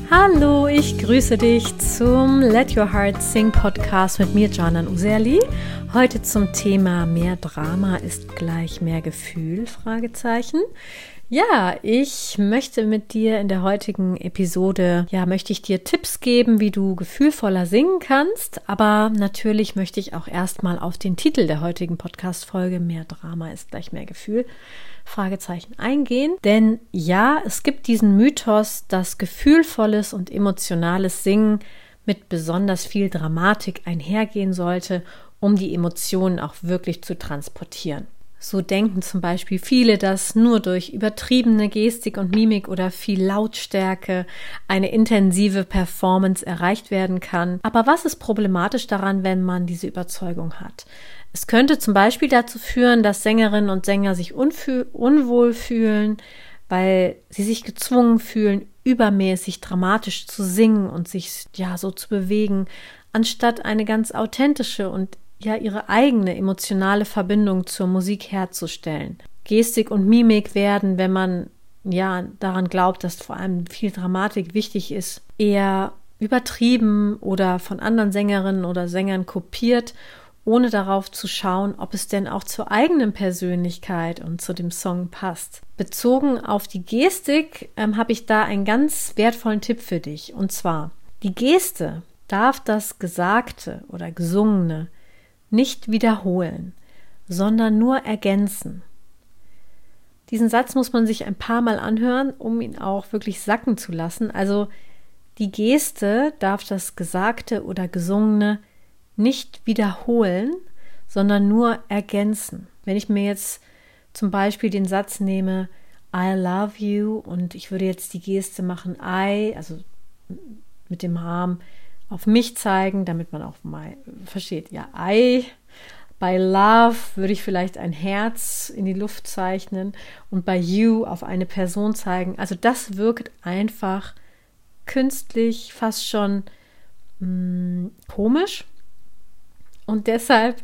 Hallo, ich grüße dich zum Let Your Heart Sing Podcast mit mir, Canan Userli. Heute zum Thema mehr Drama ist gleich mehr Gefühl? Fragezeichen. Ja, ich möchte mit dir in der heutigen Episode, möchte ich dir Tipps geben, wie du gefühlvoller singen kannst. Aber natürlich möchte ich auch erstmal auf den Titel der heutigen Podcast-Folge, mehr Drama ist gleich mehr Gefühl? Fragezeichen eingehen. Denn ja, es gibt diesen Mythos, dass gefühlvolles und emotionales Singen mit besonders viel Dramatik einhergehen sollte, um die Emotionen auch wirklich zu transportieren. So denken zum Beispiel viele, dass nur durch übertriebene Gestik und Mimik oder viel Lautstärke eine intensive Performance erreicht werden kann. Aber was ist problematisch daran, wenn man diese Überzeugung hat? Es könnte zum Beispiel dazu führen, dass Sängerinnen und Sänger sich unwohl fühlen, weil sie sich gezwungen fühlen, übermäßig dramatisch zu singen und sich so zu bewegen, anstatt eine ganz authentische und ihre eigene emotionale Verbindung zur Musik herzustellen. Gestik und Mimik werden, wenn man daran glaubt, dass vor allem viel Dramatik wichtig ist, eher übertrieben oder von anderen Sängerinnen oder Sängern kopiert, ohne darauf zu schauen, ob es denn auch zur eigenen Persönlichkeit und zu dem Song passt. Bezogen auf die Gestik habe ich da einen ganz wertvollen Tipp für dich. Und zwar, die Geste darf das Gesagte oder Gesungene nicht wiederholen, sondern nur ergänzen. Diesen Satz muss man sich ein paar Mal anhören, um ihn auch wirklich sacken zu lassen. Also die Geste darf das Gesagte oder Gesungene nicht wiederholen, sondern nur ergänzen. Wenn ich mir jetzt zum Beispiel den Satz nehme, I love you, und ich würde jetzt die Geste machen, also mit dem Arm auf mich zeigen, damit man auch mal versteht, bei Love würde ich vielleicht ein Herz in die Luft zeichnen und bei You auf eine Person zeigen. Also das wirkt einfach künstlich, fast schon komisch. Und deshalb,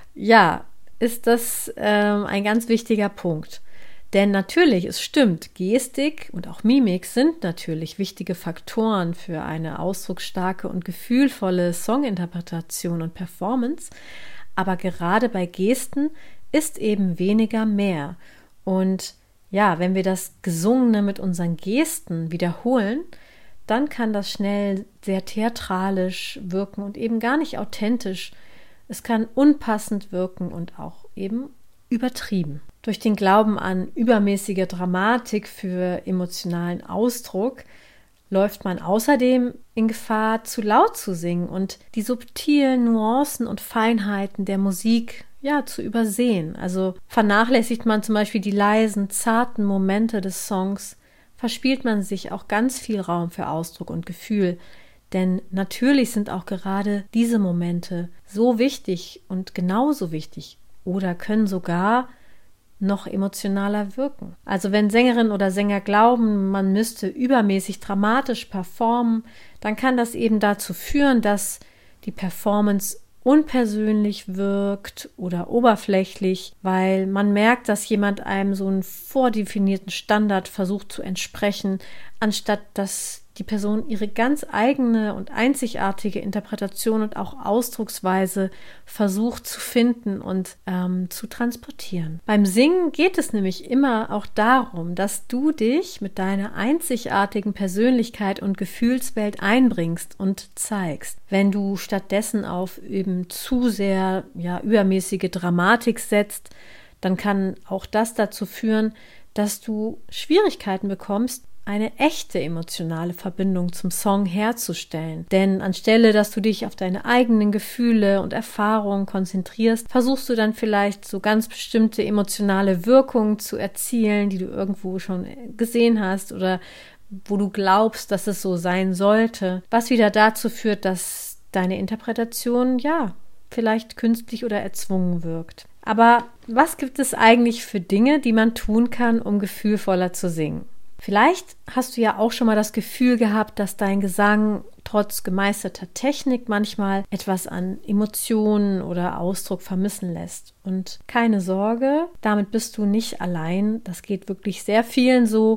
ist das ein ganz wichtiger Punkt. Denn natürlich, es stimmt, Gestik und auch Mimik sind natürlich wichtige Faktoren für eine ausdrucksstarke und gefühlvolle Songinterpretation und Performance. Aber gerade bei Gesten ist eben weniger mehr. Und wenn wir das Gesungene mit unseren Gesten wiederholen, dann kann das schnell sehr theatralisch wirken und eben gar nicht authentisch. Es kann unpassend wirken und auch eben übertrieben. Durch den Glauben an übermäßige Dramatik für emotionalen Ausdruck läuft man außerdem in Gefahr, zu laut zu singen und die subtilen Nuancen und Feinheiten der Musik zu übersehen. Also vernachlässigt man zum Beispiel die leisen, zarten Momente des Songs, verspielt man sich auch ganz viel Raum für Ausdruck und Gefühl. Denn natürlich sind auch gerade diese Momente so wichtig und genauso wichtig oder können sogar noch emotionaler wirken. Also wenn Sängerinnen oder Sänger glauben, man müsste übermäßig dramatisch performen, dann kann das eben dazu führen, dass die Performance unpersönlich wirkt oder oberflächlich, weil man merkt, dass jemand einem so einen vordefinierten Standard versucht zu entsprechen, anstatt dass die Person ihre ganz eigene und einzigartige Interpretation und auch Ausdrucksweise versucht zu finden und zu transportieren. Beim Singen geht es nämlich immer auch darum, dass du dich mit deiner einzigartigen Persönlichkeit und Gefühlswelt einbringst und zeigst. Wenn du stattdessen auf eben zu sehr übermäßige Dramatik setzt, dann kann auch das dazu führen, dass du Schwierigkeiten bekommst, eine echte emotionale Verbindung zum Song herzustellen. Denn anstelle, dass du dich auf deine eigenen Gefühle und Erfahrungen konzentrierst, versuchst du dann vielleicht so ganz bestimmte emotionale Wirkungen zu erzielen, die du irgendwo schon gesehen hast oder wo du glaubst, dass es so sein sollte, was wieder dazu führt, dass deine Interpretation vielleicht künstlich oder erzwungen wirkt. Aber was gibt es eigentlich für Dinge, die man tun kann, um gefühlvoller zu singen? Vielleicht hast du ja auch schon mal das Gefühl gehabt, dass dein Gesang trotz gemeisterter Technik manchmal etwas an Emotionen oder Ausdruck vermissen lässt. Und keine Sorge, damit bist du nicht allein. Das geht wirklich sehr vielen so.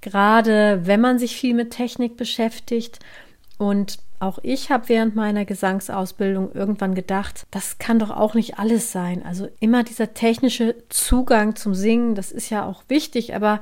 gerade wenn man sich viel mit Technik beschäftigt. Und auch ich habe während meiner Gesangsausbildung irgendwann gedacht, das kann doch auch nicht alles sein. Also immer dieser technische Zugang zum Singen, das ist ja auch wichtig, aber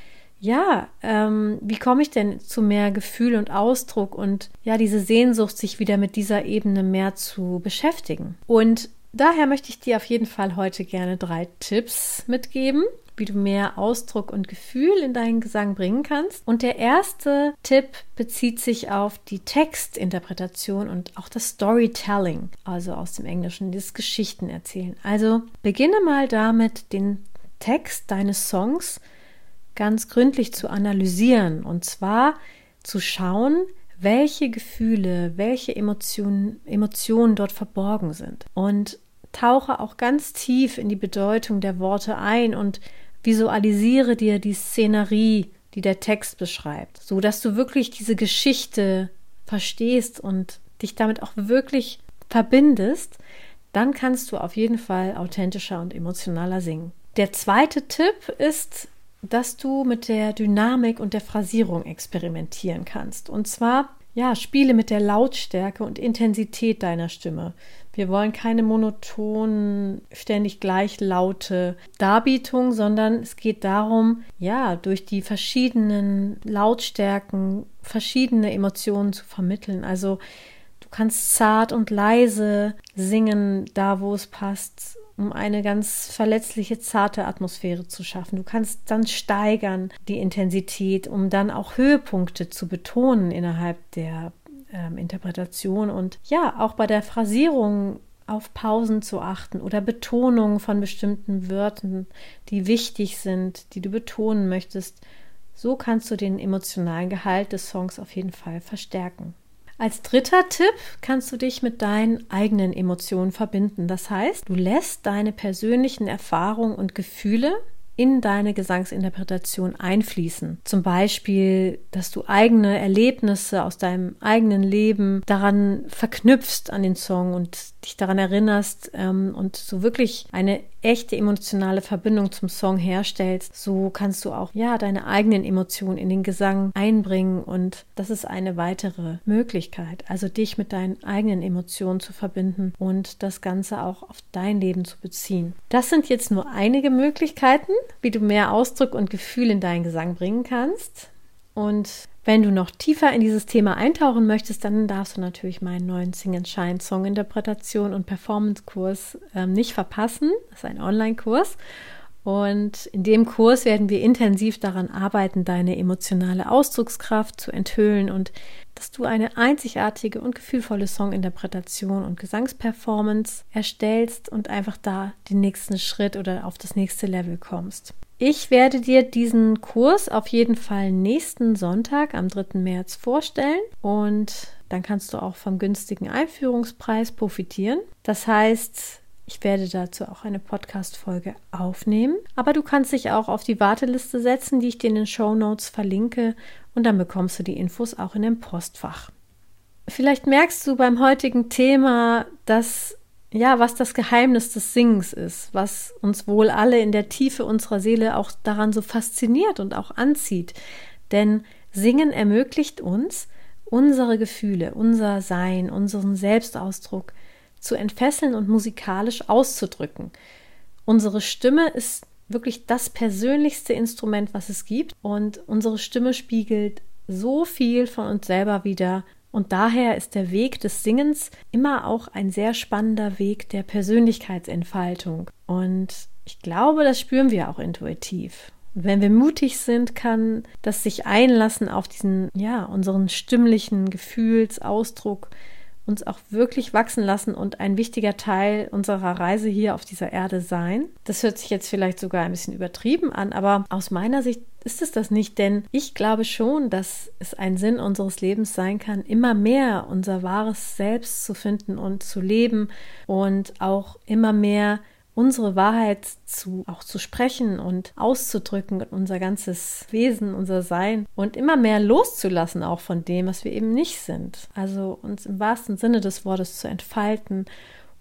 ja, wie komme ich denn zu mehr Gefühl und Ausdruck und ja, diese Sehnsucht, sich wieder mit dieser Ebene mehr zu beschäftigen? Und daher möchte ich dir auf jeden Fall heute gerne 3 Tipps mitgeben, wie du mehr Ausdruck und Gefühl in deinen Gesang bringen kannst. Und der erste Tipp bezieht sich auf die Textinterpretation und auch das Storytelling, also aus dem Englischen, das Geschichtenerzählen. Also beginne mal damit, den Text deines Songs ganz gründlich zu analysieren und zwar zu schauen, welche Gefühle, welche Emotionen dort verborgen sind. Und tauche auch ganz tief in die Bedeutung der Worte ein und visualisiere dir die Szenerie, die der Text beschreibt, so dass du wirklich diese Geschichte verstehst und dich damit auch wirklich verbindest. Dann kannst du auf jeden Fall authentischer und emotionaler singen. Der zweite Tipp ist, dass du mit der Dynamik und der Phrasierung experimentieren kannst. Und zwar, ja, spiele mit der Lautstärke und Intensität deiner Stimme. Wir wollen keine monotonen, ständig gleich laute Darbietung, sondern es geht darum, ja, durch die verschiedenen Lautstärken verschiedene Emotionen zu vermitteln. Also du kannst zart und leise singen, da wo es passt, um eine ganz verletzliche, zarte Atmosphäre zu schaffen. Du kannst dann steigern die Intensität, um dann auch Höhepunkte zu betonen innerhalb der Interpretation und ja, auch bei der Phrasierung auf Pausen zu achten oder Betonung von bestimmten Wörtern, die wichtig sind, die du betonen möchtest. So kannst du den emotionalen Gehalt des Songs auf jeden Fall verstärken. Als dritter Tipp kannst du dich mit deinen eigenen Emotionen verbinden. Das heißt, du lässt deine persönlichen Erfahrungen und Gefühle in deine Gesangsinterpretation einfließen. Zum Beispiel, dass du eigene Erlebnisse aus deinem eigenen Leben daran verknüpfst an den Song und dich daran erinnerst und so wirklich eine echte emotionale Verbindung zum Song herstellst. So kannst du auch deine eigenen Emotionen in den Gesang einbringen und das ist eine weitere Möglichkeit, also dich mit deinen eigenen Emotionen zu verbinden und das Ganze auch auf dein Leben zu beziehen. Das sind jetzt nur einige Möglichkeiten, wie du mehr Ausdruck und Gefühl in deinen Gesang bringen kannst. Und wenn du noch tiefer in dieses Thema eintauchen möchtest, dann darfst du natürlich meinen neuen Sing and Shine Songinterpretation und Performance-Kurs nicht verpassen. Das ist ein Online-Kurs. Und in dem Kurs werden wir intensiv daran arbeiten, deine emotionale Ausdruckskraft zu enthüllen und dass du eine einzigartige und gefühlvolle Songinterpretation und Gesangsperformance erstellst und einfach da den nächsten Schritt oder auf das nächste Level kommst. Ich werde dir diesen Kurs auf jeden Fall nächsten Sonntag am 3. März vorstellen und dann kannst du auch vom günstigen Einführungspreis profitieren. Das heißt, ich werde dazu auch eine Podcast-Folge aufnehmen, aber du kannst dich auch auf die Warteliste setzen, die ich dir in den Shownotes verlinke und dann bekommst du die Infos auch in dem Postfach. Vielleicht merkst du beim heutigen Thema, dass was das Geheimnis des Singens ist, was uns wohl alle in der Tiefe unserer Seele auch daran so fasziniert und auch anzieht. Denn Singen ermöglicht uns, unsere Gefühle, unser Sein, unseren Selbstausdruck zu entfesseln und musikalisch auszudrücken. Unsere Stimme ist wirklich das persönlichste Instrument, was es gibt und unsere Stimme spiegelt so viel von uns selber wider. Und daher ist der Weg des Singens immer auch ein sehr spannender Weg der Persönlichkeitsentfaltung. Und ich glaube, das spüren wir auch intuitiv. Und wenn wir mutig sind, kann das sich einlassen auf diesen, unseren stimmlichen Gefühlsausdruck, uns auch wirklich wachsen lassen und ein wichtiger Teil unserer Reise hier auf dieser Erde sein. Das hört sich jetzt vielleicht sogar ein bisschen übertrieben an, aber aus meiner Sicht ist es das nicht, denn ich glaube schon, dass es ein Sinn unseres Lebens sein kann, immer mehr unser wahres Selbst zu finden und zu leben und auch immer mehr unsere Wahrheit zu sprechen und auszudrücken und unser ganzes Wesen, unser Sein und immer mehr loszulassen auch von dem, was wir eben nicht sind. Also uns im wahrsten Sinne des Wortes zu entfalten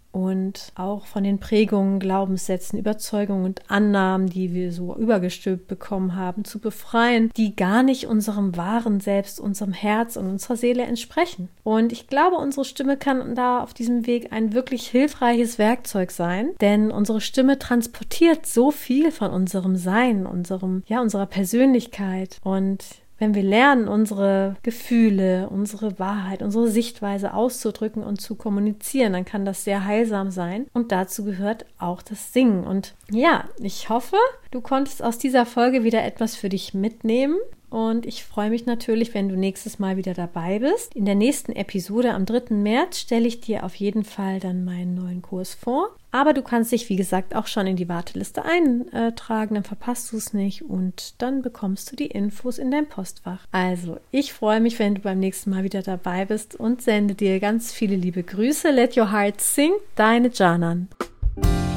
und auch von den Prägungen, Glaubenssätzen, Überzeugungen und Annahmen, die wir so übergestülpt bekommen haben, zu befreien, die gar nicht unserem wahren Selbst, unserem Herz und unserer Seele entsprechen. Und ich glaube, unsere Stimme kann da auf diesem Weg ein wirklich hilfreiches Werkzeug sein, denn unsere Stimme transportiert so viel von unserem Sein, unserer Persönlichkeit. Und wenn wir lernen, unsere Gefühle, unsere Wahrheit, unsere Sichtweise auszudrücken und zu kommunizieren, dann kann das sehr heilsam sein. Und dazu gehört auch das Singen. Und ja, ich hoffe, du konntest aus dieser Folge wieder etwas für dich mitnehmen. Und ich freue mich natürlich, wenn du nächstes Mal wieder dabei bist. In der nächsten Episode am 3. März stelle ich dir auf jeden Fall dann meinen neuen Kurs vor. Aber du kannst dich, wie gesagt, auch schon in die Warteliste eintragen, dann verpasst du es nicht und dann bekommst du die Infos in dein Postfach. Also, ich freue mich, wenn du beim nächsten Mal wieder dabei bist und sende dir ganz viele liebe Grüße. Let your heart sing, deine Canan.